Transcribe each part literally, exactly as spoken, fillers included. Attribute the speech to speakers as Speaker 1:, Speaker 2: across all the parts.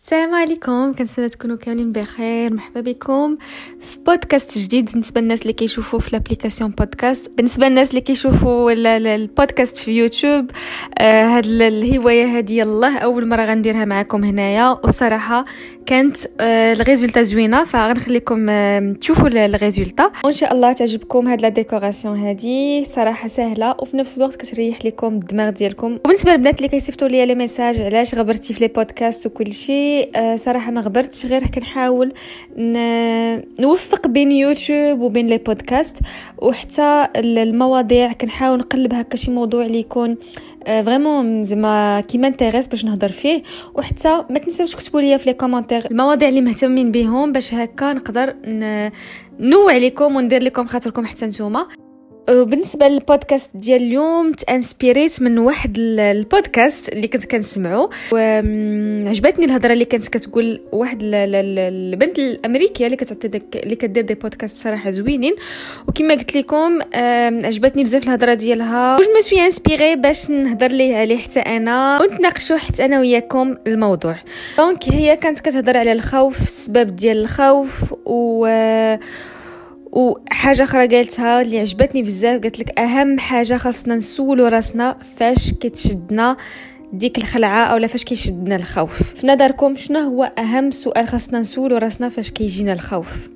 Speaker 1: السلام عليكم، كنتمنى تكونوا كاملين بخير. مرحبا بكم في بودكاست جديد بالنسبه للناس اللي كيشوفوا في الابليكاسيون بودكاست. بالنسبه للناس اللي كيشوفوا البودكاست في يوتيوب، آه هاد الهوايه هذه يلاه اول مره غنديرها معكم هنايا، وصراحه كانت آه الريزولتا زوينه، فغنخليكم آه تشوفوا الريزولتا وان شاء الله تعجبكم. هاد لا ديكوراسيون هذه صراحه سهله وفي نفس الوقت كتريح لكم الدماغ ديالكم. وبالنسبه للبنات اللي كيصيفطوا لي لي ميساج علاش غبرتي في لي بودكاست وكل شيء، أه صراحه ما غبرتش، غير كنحاول نوفق بين يوتيوب وبين لي بودكاست، وحتى المواضيع كنحاول نقلب هكا شي موضوع اللي يكون فريمون زعما كيما انتريس باش نهضر فيه. وحتى ما تنساوش تكتبوا لي في لي كومونتير المواضيع اللي مهتمين بهم باش هكا نقدر نوع عليكم وندير لكم خاطركم حتى نتوما. وبالنسبه للبودكاست ديال اليوم تانسبيريت من واحد البودكاست اللي كنت كنسمعه، وعجبتني الهضره اللي كانت كتقول واحد البنت الامريكيه اللي كتعطي داك اللي كدير دي بودكاست صراحه زوينين. وكما قلت لكم عجبتني بزاف الهضره ديالها، وج مو سوي انسبيري باش نهضر ليه عليه حتى انا ونتناقشوا حتى انا وياكم الموضوع. دونك هي كانت كتهضر على الخوف، السبب ديال الخوف، و وحاجه اخرى قالتها اللي عجبتني بزاف، قالت لك اهم حاجه خاصنا نسولوا راسنا فاش كتشدنا ديك الخلعه اولا فاش كيشدنا الخوف. في نظركم شنو هو اهم سؤال خاصنا نسولوا راسنا فاش كيجينا الخوف؟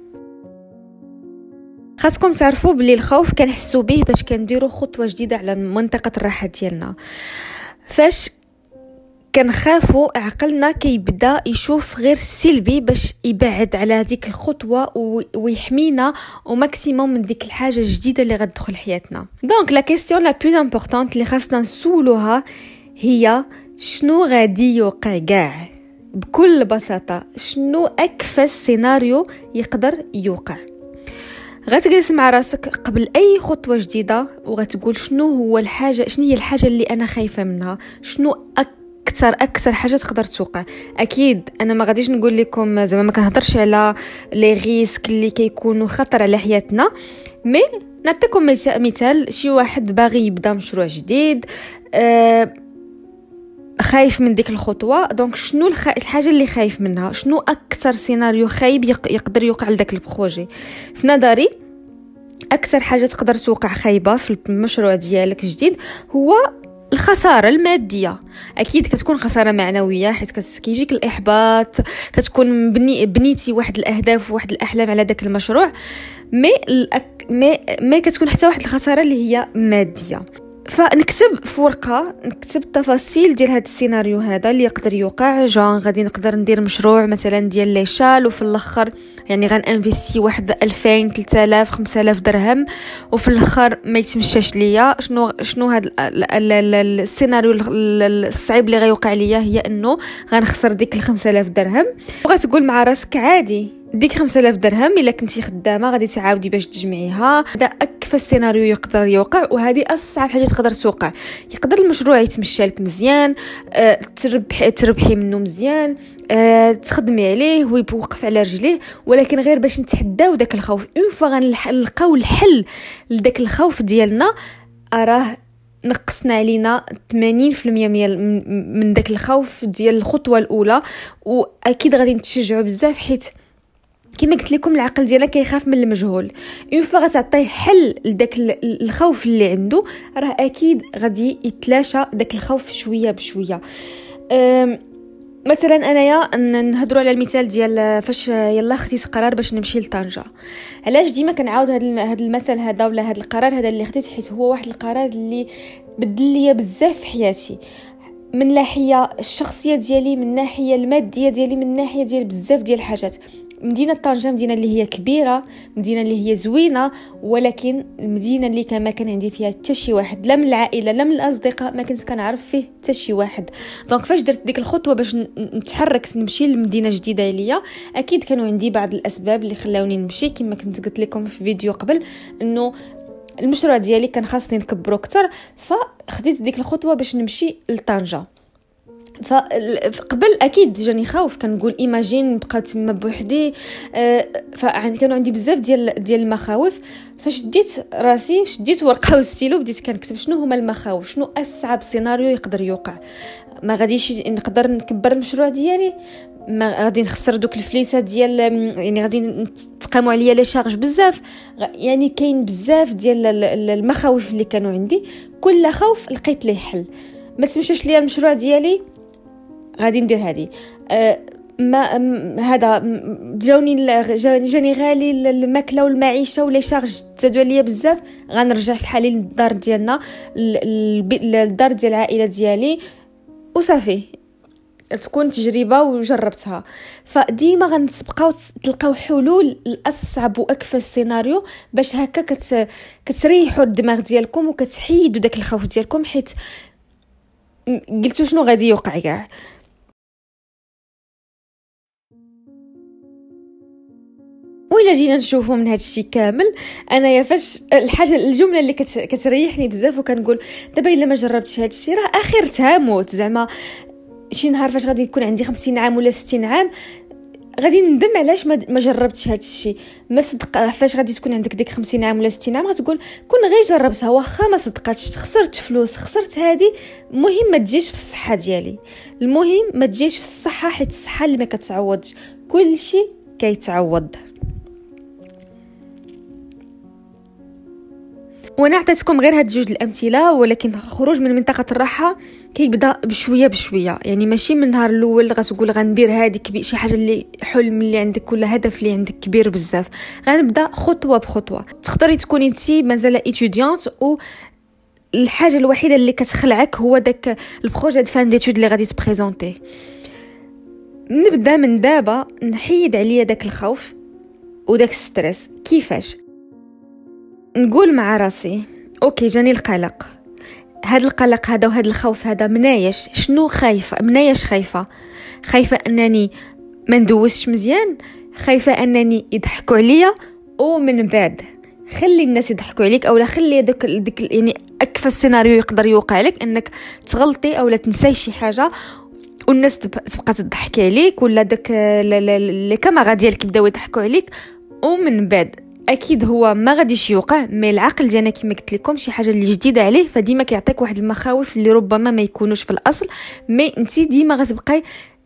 Speaker 1: خاصكم تعرفوا بلي الخوف كنحسوا به باش كنديروا خطوه جديده على منطقه الراحه ديالنا. فاش كنخافوا عقلنا كيبدا يشوف غير السلبي باش يبعد على هذيك الخطوه ويحمينا وماكسيموم من ديك الحاجه الجديده اللي غتدخل حياتنا. دونك لا كيسيون لا بلوز امبورطونت اللي خاصنا نسولوها هي شنو غادي يوقع كاع. بكل بساطه شنو اكفس سيناريو يقدر يوقع. غتجلس مع راسك قبل اي خطوه جديده وغتقول شنو هو الحاجه شنو هي الحاجه اللي انا خايفه منها، شنو أك اكثر اكثر حاجه تقدر توقع. اكيد انا ما غاديش نقول لكم زعما ما كنهضرش على لي ريسك اللي كيكونوا خطر على حياتنا، مي نعطيكم مثال. شي واحد باغي يبدا مشروع جديد، أه خايف من ديك الخطوه، دونك شنو الخ... الحاجه اللي خايف منها، شنو اكثر سيناريو خايب يق... يقدر يوقع لذاك البروجي. في نظري اكثر حاجه تقدر توقع خايبه في المشروع ديالك جديد هو الخسارة المادية. أكيد كتكون خسارة معنوية حيث كيجيك الإحباط، كتكون بني بنيتي واحد الأهداف وواحد الأحلام على داك المشروع، مي الأك... مي... مي كتكون حتى واحد الخسارة اللي هي مادية. فنكتب في ورقه نكتب التفاصيل ديال هذا السيناريو هذا اللي يقدر يوقع. جون غادي نقدر ندير مشروع مثلا ديال لي شال، وفي الاخر يعني غنانفيستي واحد ألفين ثلاثة آلاف خمسة آلاف درهم، وفي الاخر ما يتمشاش ليا. شنو شنو هذا السيناريو الصعيب اللي غيوقع ليا هي انه غنخسر ديك ال خمسة آلاف درهم. وغتقول مع راسك عادي ديك خمسة آلاف درهم الا كنتي خدامه غادي تعاودي باش تجمعيها. هذا اكفى سيناريو يقدر يوقع، وهذه اصعب حاجه تقدر توقع. يقدر المشروع يتمشى لك مزيان، أه تربحي تربحي منه مزيان، أه تخدمي عليه ويوقف على رجليه، ولكن غير باش نتحداو داك الخوف اون فوا غنلقاو الحل لداك الخوف ديالنا، اراه نقصنا علينا ثمانين بالمية من داك الخوف ديال الخطوه الاولى. واكيد غادي نتشجعوا بزاف حيت كما قلت لكم العقل ديالنا كيخاف من المجهول. اون فوا غتعطيه حل لداك الخوف اللي عنده، راه اكيد غادي يتلاشى داك الخوف شويه بشويه. مثلا انايا نهضروا على المثال ديال فاش يلا خديت قرار باش نمشي لطنجة. علاش ديما كنعاود هذا هذا المثل هذا ولا هذا القرار هذا اللي خديت؟ حيت هو واحد القرار اللي بدل لي بزاف في حياتي، من ناحيه الشخصيه ديالي، من ناحيه الماديه ديالي، من ناحيه ديال بزاف ديال الحاجات. مدينه طنجة مدينه اللي هي كبيره، مدينه اللي هي زوينه، ولكن المدينه اللي كان ما كان عندي فيها حتى شي واحد، لا من العائله لا من الاصدقاء، ما كنت كنعرف فيه حتى شي واحد. دونك فاش درت ديك الخطوه باش نتحرك نمشي لمدينه جديده عليا، اكيد كانوا عندي بعض الاسباب اللي خلاوني نمشي. كما كنت قلت لكم في فيديو قبل انه المشروع ديالي كان خاصني نكبرو اكثر، فخديت ديك الخطوه باش نمشي لطنجة. فقبل اكيد جاني خوف، كنقول ايماجين بقات تما بوحدي، أه فكانوا عندي بزاف ديال ديال المخاوف. فشديت راسي، شديت ورقه وستيلو، بديت كنكتب شنو هما المخاوف، شنو اصعب سيناريو يقدر يوقع. ما غاديش نقدر نكبر المشروع ديالي، ما غادي نخسر دوك الفليسات ديال يعني غادي نتقاموا عليا لي شارج بزاف. يعني كاين بزاف ديال المخاوف اللي كانوا عندي، كل خوف لقيت ليه حل. ما تمشاش ليا المشروع ديالي غادي ندير هذه أه ما هذا جاوني جاني غالي الماكله والمعيشه ولي شارج تزادوا عليا بزاف، غنرجع في حالي للدار ديالنا للدار ديال العائله ديالي وصافي، تكون تجربه وجربتها. فديما غنتبقاو تلقاو حلول لاصعب واكفى السيناريو باش هكا كت كتريحوا الدماغ ديالكم وكتحيدوا داك الخوف ديالكم، حيت قلتوا شنو غادي يوقع كاع. وإلا جينا نشوفوا من هذا الشيء كامل، انا يا فاش الحاجه الجمله اللي كت... كتريحني بزاف وكنقول دابا الا ما جربتش هذا الشيء راه اخرتها موت. زعما شي نهار فاش غادي يكون عندي خمسين عام ولا ستين عام غادي ندم علاش ما, ما جربتش هذا الشيء. ما صدق فاش غادي تكون عندك ديك خمسين عام ولا ستين عام غتقول كون غير جربتها، واخا ما صدقاتش، خسرت فلوس، خسرت هذه. المهم ما تجيش في الصحه ديالي، المهم ما تجيش في الصحه، حيت الصحه اللي ما كتعوضش، كل شيء كيتعوض. وانا عطيتكم غير هاد جوج الامثله، ولكن الخروج من منطقه الراحه كيبدا بشويه بشويه. يعني ماشي من النهار الاول غتقول غندير هذيك شي حاجه اللي حلم اللي عندك ولا هدف اللي عندك كبير بزاف، غنبدا خطوه بخطوه. تقدري تكوني انت مازال ايتوديانت و الحاجه الوحيده اللي كتخلعك هو داك البروجي دو فان ديتود اللي غادي تبريزونتي. نبدا من دابا نحيد عليا داك الخوف وداك الستريس. كيفاش؟ نقول مع راسي اوكي جاني القلق، هذا القلق هذا وهذا الخوف هذا منايش، شنو خايفه؟ منايش خايفه خايفه انني ما ندوزش مزيان، خايفه انني يضحكوا عليا، ومن بعد خلي الناس يضحكوا عليك اولا خلي داك ديك يعني اكفى السيناريو يقدر يوقع لك انك تغلطي اولا تنساي شي حاجه والناس تبقى تضحك عليك، ولا داك لي كاميرا ديالك يبداو يضحكوا عليك. ومن بعد اكيد هو ما غاديش يوقع، مي العقل ديالنا كما قلت لكم شي حاجه اللي جديده عليه، فديما كيعطيك واحد المخاوف اللي ربما ما يكونوش في الاصل، مي انت ديما غتبقاي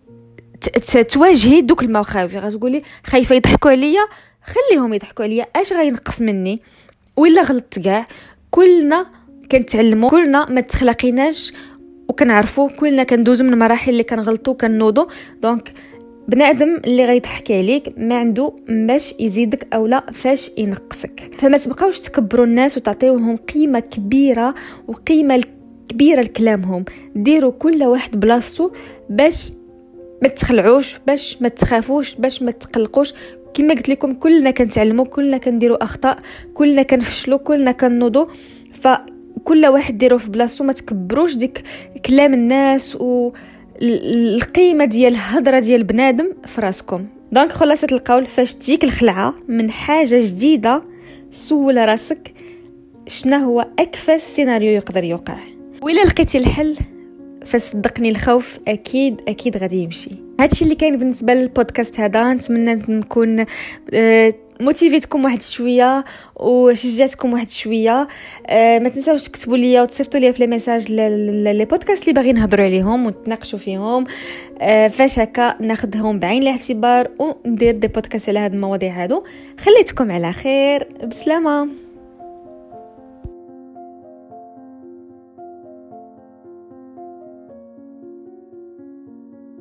Speaker 1: تواجهي دوك المخاوف. غتقولي خايفه يضحكوا عليا، خليهم يضحكوا عليا، اش غينقص مني ولا غلطت كاع. كلنا كنتعلموا، كلنا ما تخلقيناش وكنعرفوا، كلنا كندوزو من مراحل اللي كنغلطوا كنوضوا. دونك بنادم اللي غيضحك عليك ما عنده باش يزيدك اولا فاش ينقصك. فما تبقاوش تكبروا الناس وتعطيوهم قيمه كبيره وقيمه كبيره لكلامهم. ديروا كل واحد بلاصتو باش ما تخلعوش، باش ما تخافوش، باش ما تقلقوش. كما قلت لكم كلنا كنتعلموا، كلنا كنديروا اخطاء، كلنا كنفشلوا، كلنا كنوضوا. فكل واحد ديروا في بلاصتو، ما تكبروش ديك كلام الناس و القيمه ديال الهضره ديال بنادم في راسكم. دونك خلاصه القول، فاش تجيك الخلعه من حاجه جديده سول راسك شنو هو اكفى سيناريو يقدر يوقع، وإلا لقيتي الحل فصدقني الخوف اكيد اكيد غادي يمشي. هادشي اللي كاين بالنسبه للبودكاست هذا. نتمنى نكون أه موتيفيتكم واحد شويه وشجعتكم واحد شويه. أه ما تنساوش تكتبوا لي وتصيفطوا لي في لي ميساج لي بودكاست اللي باغي نهضروا عليهم ونتناقشوا فيهم. أه فاش هكا ناخذهم بعين الاعتبار وندير دي بودكاست على هاد المواضيع هادو. خليتكم على خير، بسلامه.